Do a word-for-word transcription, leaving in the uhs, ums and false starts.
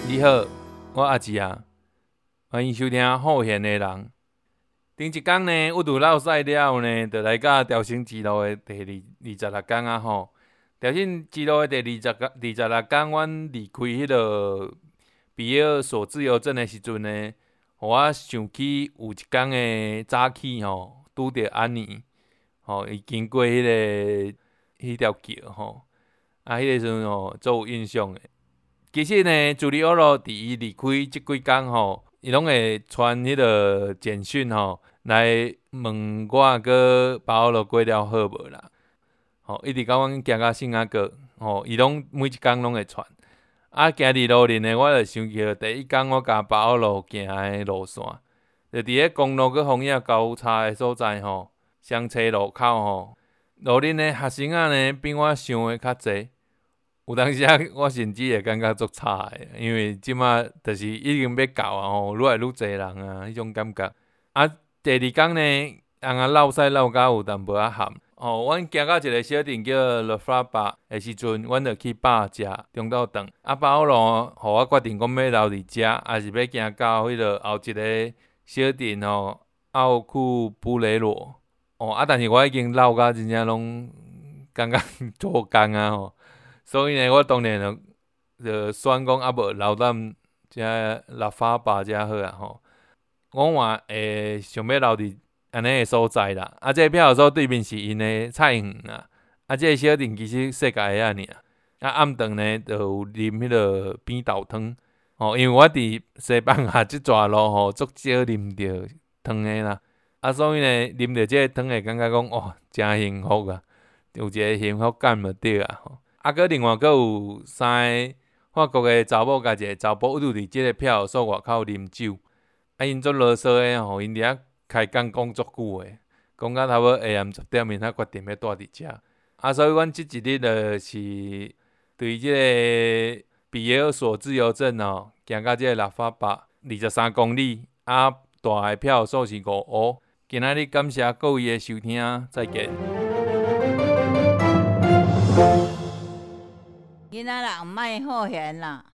你好，我阿姊啊，欢迎收听好闲的人。顶一天呢，我拄落赛了后呢，就来到朝圣之路的第二二十六天啊吼。朝圣之路的第二十二十六天，阮离开迄个比尔所自由镇的时阵呢，互我想起有一天的早起吼，拄着安妮，吼，伊经过迄、那个迄条桥吼，啊，迄、那个时阵吼，足有印象的。其实呢，朱利欧罗伫伊离开即几天吼，伊拢会传迄个简讯吼来问我个巴奥罗过了好无啦。吼，一直到阮行到圣雅各，吼，伊拢每一天拢会传。啊，行伫路林呢，我就想起第一天我甲巴奥罗行的路线，就伫咧公路佮枫叶交叉的所在吼，相车路口吼，路林的学生仔呢，比我想的较侪。有当时啊，我甚至会感觉足差的，因为即马就是已经要到啊吼，愈来愈侪人啊，迄种感觉。啊，第二天呢，人啊绕赛绕到有淡薄仔暗。哦，阮行到一个小镇叫 The Flapa 的时阵，阮就去饱食中昼顿。啊，巴奥罗，互我决定讲要留伫遮，还是要行到迄个后一个小镇吼，奥库布雷罗。哦，啊，但是我已经绕到真正拢感觉做工啊吼。所以呢，我当然就就选讲啊无留踮遮拉法巴遮好啊吼。我嘛会想要留伫安尼个所在啦。啊，这个票所对面是因的菜园啊。啊，这个小镇其实世界个尔尔。啊，暗顿呢就有啉迄个扁豆汤。吼，因为我伫西班牙即段路吼，足少啉着汤的啦。啊，所以呢，啉着这个汤会感觉讲哦，真幸福啊，有一个幸福感就对啊吼。啊，佮另外佮有三个法国的查某甲一个查甫拄伫即个票所外口啉酒，啊，因足啰嗦的吼，因伫遐开讲讲足久的，讲到差不多下暗十点，因才决定要住伫遮。啊，所以阮即一日就是对即个比尔所自由镇哦，行到即个拉法巴二十三公里，啊，大的票数是五乌。今仔日感谢各位的收听，再见。 囡仔人莫好闲啦。